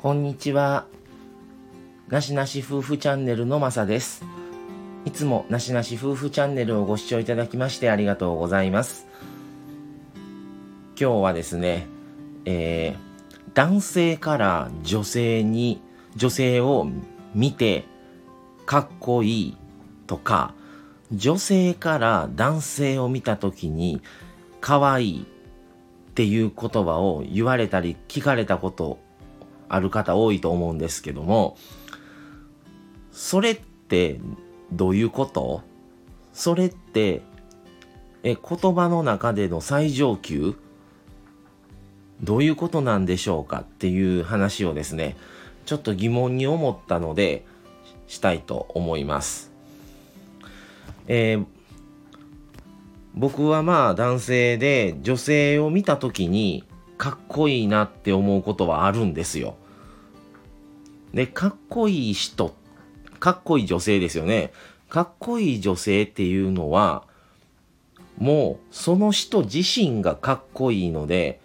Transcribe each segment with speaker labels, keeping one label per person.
Speaker 1: こんにちは。なしなし夫婦チャンネルのまさです。いつもなしなし夫婦チャンネルをご視聴いただきましてありがとうございます。今日はですね、男性から女性を見てかっこいいとか、女性から男性を見たときにかわいいっていう言葉を言われたり聞かれたことある方多いと思うんですけども、それってどういうこと？それって言葉の中での最上級どういうことなんでしょうかっていう話をですね、ちょっと疑問に思ったのでしたいと思います。僕は男性で女性を見た時にかっこいいなって思うことはあるんですよ。で、かっこいい人、かっこいい女性ですよね。かっこいい女性っていうのはもうその人自身がかっこいいので、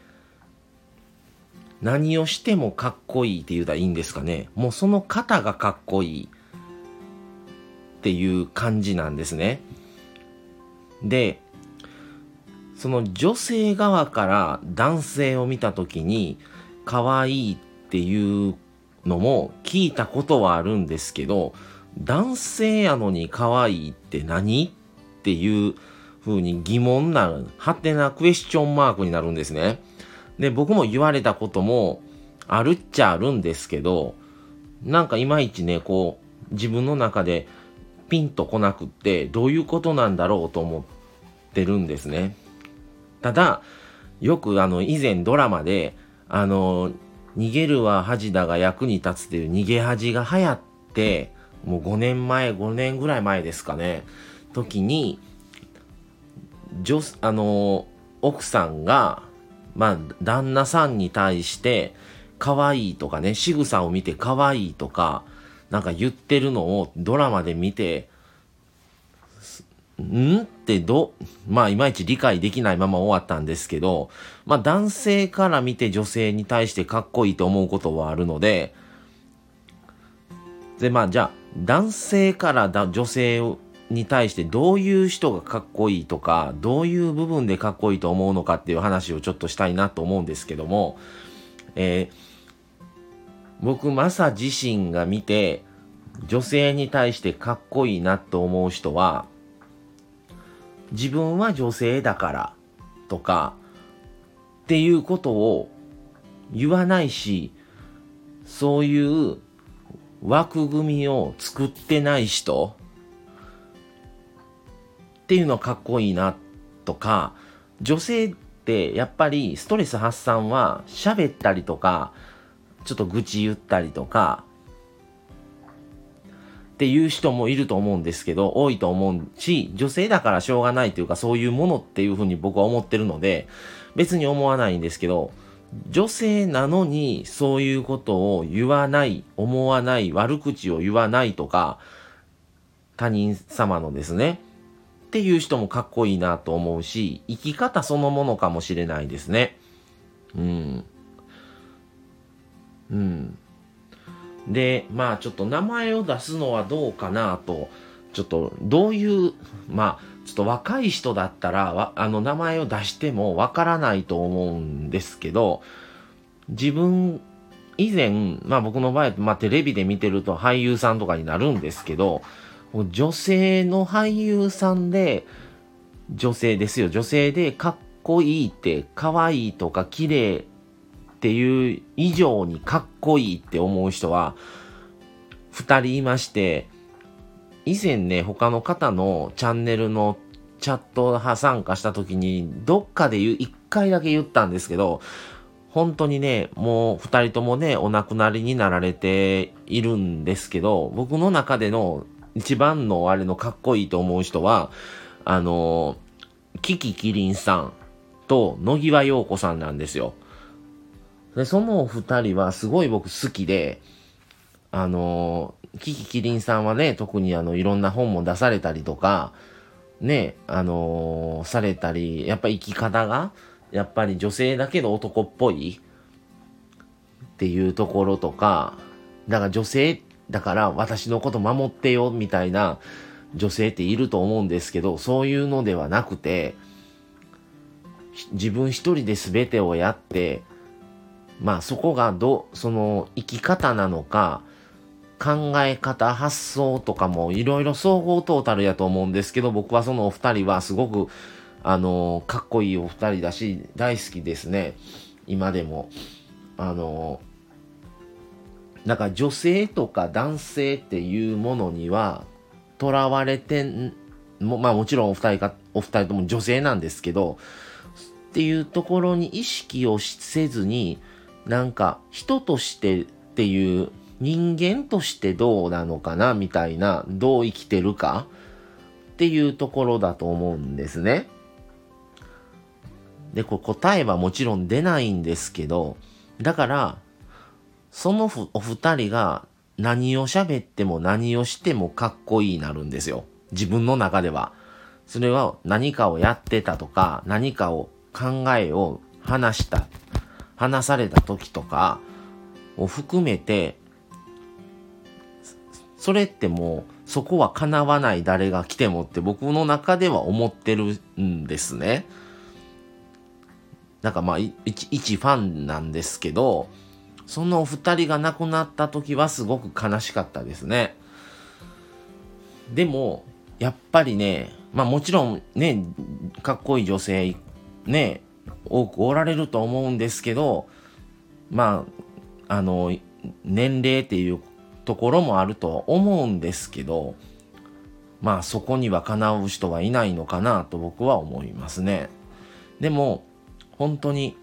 Speaker 1: 何をしてもかっこいいって言うたらいいんですかね。もうその方がかっこいいっていう感じなんですね。で、その女性側から男性を見たときに可愛いっていうのも聞いたことはあるんですけど、男性やのに可愛いって何っていう風に疑問になる、はてなクエスチョンマークになるんですね。で、僕も言われたこともあるっちゃあるんですけど、なんかいまいちね、自分の中でピンとこなくって、どういうことなんだろうと思ってるんですね。ただ、よく以前ドラマで、逃げるは恥だが役に立つっていう逃げ恥が流行って、もう5年ぐらい前ですかね、時に、奥さんが、旦那さんに対して、可愛いとかね、仕草を見て可愛いとか、なんか言ってるのをドラマで見て、っていまいち理解できないまま終わったんですけど、男性から見て女性に対してかっこいいと思うことはあるので、じゃあ、男性から女性に対してどういう人がかっこいいとか、どういう部分でかっこいいと思うのかっていう話をちょっとしたいなと思うんですけども、僕、マサ自身が見て、女性に対してかっこいいなと思う人は、自分は女性だからとかっていうことを言わないし、そういう枠組みを作ってない人っていうのはかっこいいなとか、女性ってやっぱりストレス発散は喋ったりとか、ちょっと愚痴言ったりとかっていう人もいると思うんですけど、多いと思うし、女性だからしょうがないというか、そういうものっていうふうに僕は思ってるので、別に思わないんですけど、女性なのにそういうことを言わない、思わない、悪口を言わないとか、他人様のですね、っていう人もかっこいいなと思うし、生き方そのものかもしれないですね。で、ちょっと名前を出すのはどうかなと、ちょっとどういう、ちょっと若い人だったら、名前を出してもわからないと思うんですけど、自分、以前、僕の場合、テレビで見てると俳優さんとかになるんですけど、女性の俳優さんで、女性ですよ。女性でかっこいいって、可愛いとか綺麗っていう以上にかっこいいって思う人は2人いまして、以前ね、他の方のチャンネルのチャット参加した時に、どっかで1回だけ言ったんですけど、本当にね、もう2人ともね、お亡くなりになられているんですけど、僕の中での一番のあれのかっこいいと思う人は、キキキリンさんと野際陽子さんなんですよ。で、その2人はすごい僕好きで、キキキリンさんはね、特にいろんな本も出されたりとか、ね、されたり、やっぱ生き方が、やっぱり女性だけど男っぽいっていうところとか、だから女性だから私のこと守ってよみたいな女性っていると思うんですけど、そういうのではなくて、自分一人で全てをやって、まあそこがその生き方なのか、考え方、発想とかもいろいろ総合トータルやと思うんですけど、僕はそのお二人はすごく、かっこいいお二人だし、大好きですね。今でも。なんか女性とか男性っていうものには、囚われてまあもちろんお二人とも女性なんですけど、っていうところに意識をせずに、なんか人としてっていう人間としてどうなのかなみたいな、どう生きてるかっていうところだと思うんですね。で、答えはもちろん出ないんですけど、だから、そのお二人が何を喋っても何をしてもかっこいいなるんですよ。自分の中では。それは何かをやってたとか、何かを考えを話された時とかを含めて、それってもうそこは叶わない誰が来てもって僕の中では思ってるんですね。なんかまあ一ファンなんですけど、そのお二人が亡くなった時はすごく悲しかったですね。でもやっぱりね、まあもちろんね、かっこいい女性ね、多くおられると思うんですけど、まあ年齢っていうところもあると思うんですけど、まあそこにはかなう人はいないのかなと僕は思いますね。でも本当に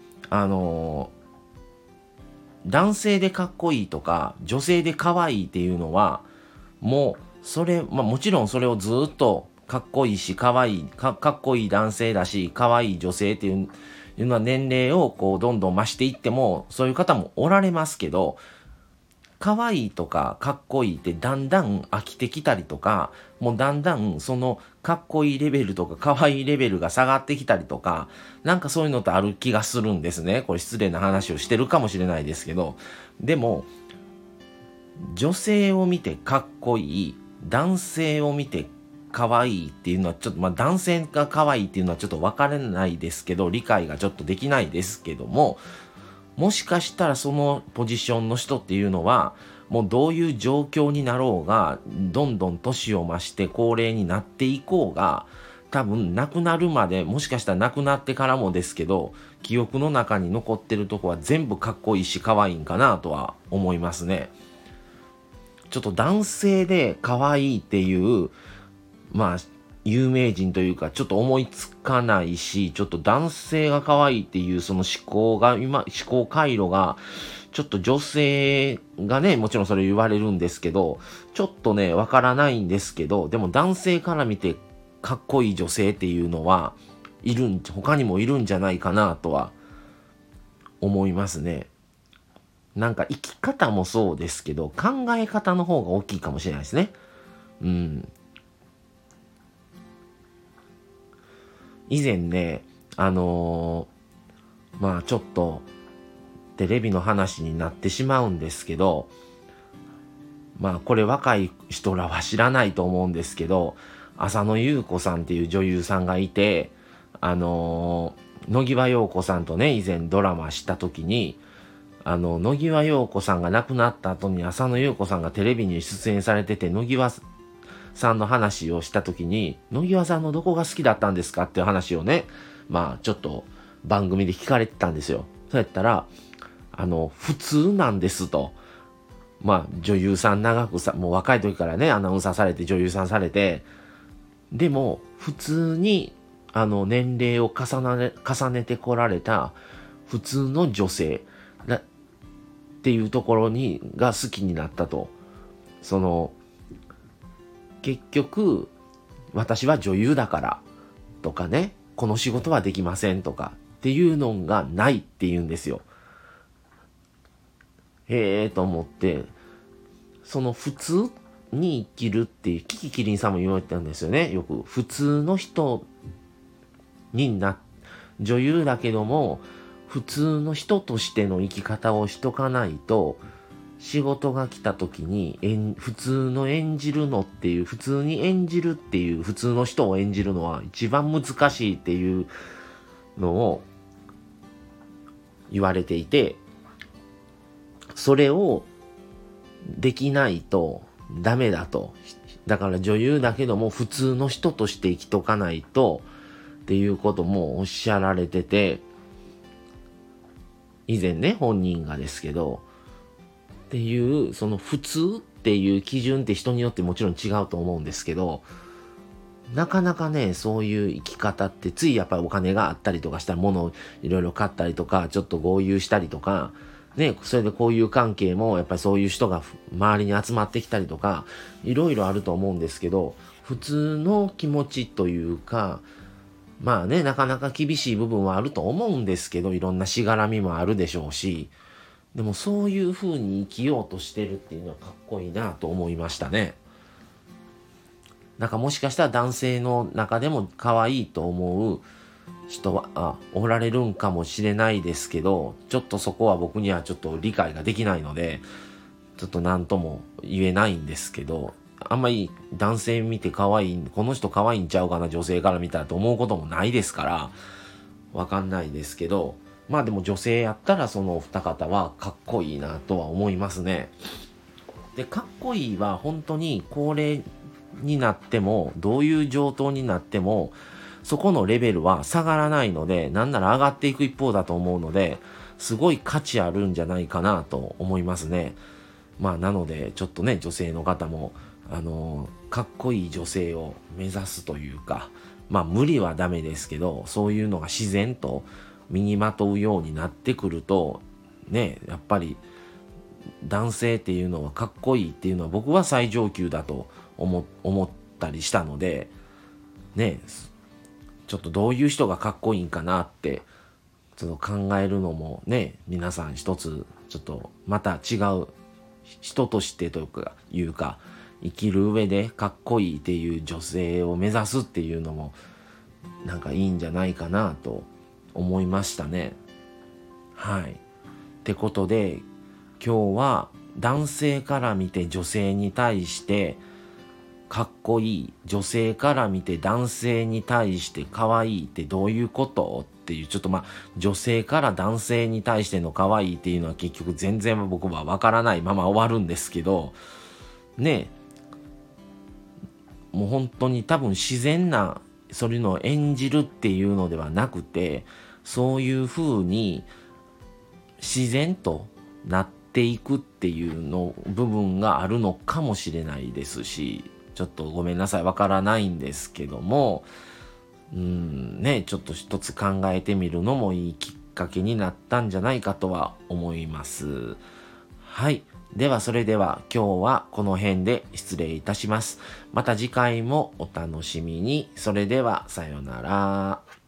Speaker 1: 男性でかっこいいとか女性で可愛いっていうのはもうまあもちろんそれをずっとかっこいいし可愛いかっこいい男性だし可愛い女性っていうのは年齢をこうどんどん増していってもそういう方もおられますけど、可愛いとかかっこいいってだんだん飽きてきたりとか、もうだんだんそのかっこいいレベルとか可愛いレベルが下がってきたりとか、なんかそういうのってある気がするんですね。これ失礼な話をしてるかもしれないですけど、でも女性を見てかっこいい、男性を見て可愛いっていうのはちょっと、まあ男性が可愛いっていうのはちょっと分からないですけど、理解がちょっとできないですけども、もしかしたらそのポジションの人っていうのは、もうどういう状況になろうが、どんどん年を増して高齢になっていこうが、多分亡くなるまで、もしかしたら亡くなってからもですけど、記憶の中に残ってるとこは全部かっこいいし可愛いんかなとは思いますね。ちょっと男性で可愛いっていう、まあ、有名人というか、ちょっと思いつかないし、ちょっと男性が可愛いっていうその思考回路が、ちょっと女性がね、もちろんそれ言われるんですけど、ちょっとね、わからないんですけど、でも男性から見てかっこいい女性っていうのは、他にもいるんじゃないかなとは思いますね。なんか生き方もそうですけど、考え方の方が大きいかもしれないですね。うん。以前ね、まあちょっとテレビの話になってしまうんですけど、まあこれ若い人らは知らないと思うんですけど、浅野ゆう子さんっていう女優さんがいて、野際陽子さんとね、以前ドラマした時に、野際陽子さんが亡くなった後に浅野ゆう子さんがテレビに出演されてて、野際さんの話をした時に、野際さんのどこが好きだったんですかっていう話をね、まあちょっと番組で聞かれてたんですよ。そうやったら、普通なんですと。まあ女優さんもう若い時からね、アナウンサーされて女優さんされて、でも普通に年齢を重ねてこられた普通の女性っていうところが好きになったと。結局私は女優だからとかね、この仕事はできませんとかっていうのがないっていうんですよ。へえと思って、その普通に生きるっていう、キキキリンさんも言われてたんですよね。よく普通の人に女優だけども普通の人としての生き方をしとかないと、仕事が来た時に普通の演じるのっていう、普通に演じるっていう、普通の人を演じるのは一番難しいっていうのを言われていて、それをできないとダメだと。だから女優だけども普通の人として生きとかないとっていうこともおっしゃられてて、以前ね、本人がですけど、っていう、その普通っていう基準って人によってもちろん違うと思うんですけど、なかなかね、そういう生き方ってついやっぱりお金があったりとかしたら物をいろいろ買ったりとか、ちょっと豪遊したりとか、ね、それでこういう関係もやっぱりそういう人が周りに集まってきたりとか、いろいろあると思うんですけど、普通の気持ちというか、まあね、なかなか厳しい部分はあると思うんですけど、いろんなしがらみもあるでしょうし、でもそういう風に生きようとしてるっていうのはかっこいいなと思いましたね。なんかもしかしたら男性の中でも可愛いと思う人はおられるんかもしれないですけど、ちょっとそこは僕にはちょっと理解ができないので、ちょっと何とも言えないんですけど、あんまり男性見て可愛い、この人可愛いんちゃうかな、女性から見たらと思うこともないですから、わかんないですけど、まあでも女性やったらそのお二方はかっこいいなとは思いますね。で、かっこいいは本当に高齢になっても、どういう状況になっても、そこのレベルは下がらないので、なんなら上がっていく一方だと思うので、すごい価値あるんじゃないかなと思いますね。まあなので、ちょっとね、女性の方も、かっこいい女性を目指すというか、まあ無理はダメですけど、そういうのが自然と身にまとうようになってくると、ね、やっぱり男性っていうのはかっこいいっていうのは僕は最上級だと思ったりしたので、ね、ちょっとどういう人がかっこいいんかなって、ちょっと考えるのもね、皆さん一つ、ちょっとまた違う人としてというか、生きる上でかっこいいっていう女性を目指すっていうのも、なんかいいんじゃないかなと思いましたね。はい。ってことで、今日は男性から見て女性に対してかっこいい、女性から見て男性に対して可愛いってどういうことっていう、ちょっとまあ女性から男性に対しての可愛いっていうのは結局全然僕はわからないまま終わるんですけど、ねえ、もう本当に多分自然なそういうのを演じるっていうのではなくて、そういう風に自然となっていくっていうの部分があるのかもしれないですし、ちょっとごめんなさい、わからないんですけども、ね、ちょっと一つ考えてみるのもいいきっかけになったんじゃないかとは思います。はい。ではそれでは今日はこの辺で失礼いたします。また次回もお楽しみに。それではさようなら。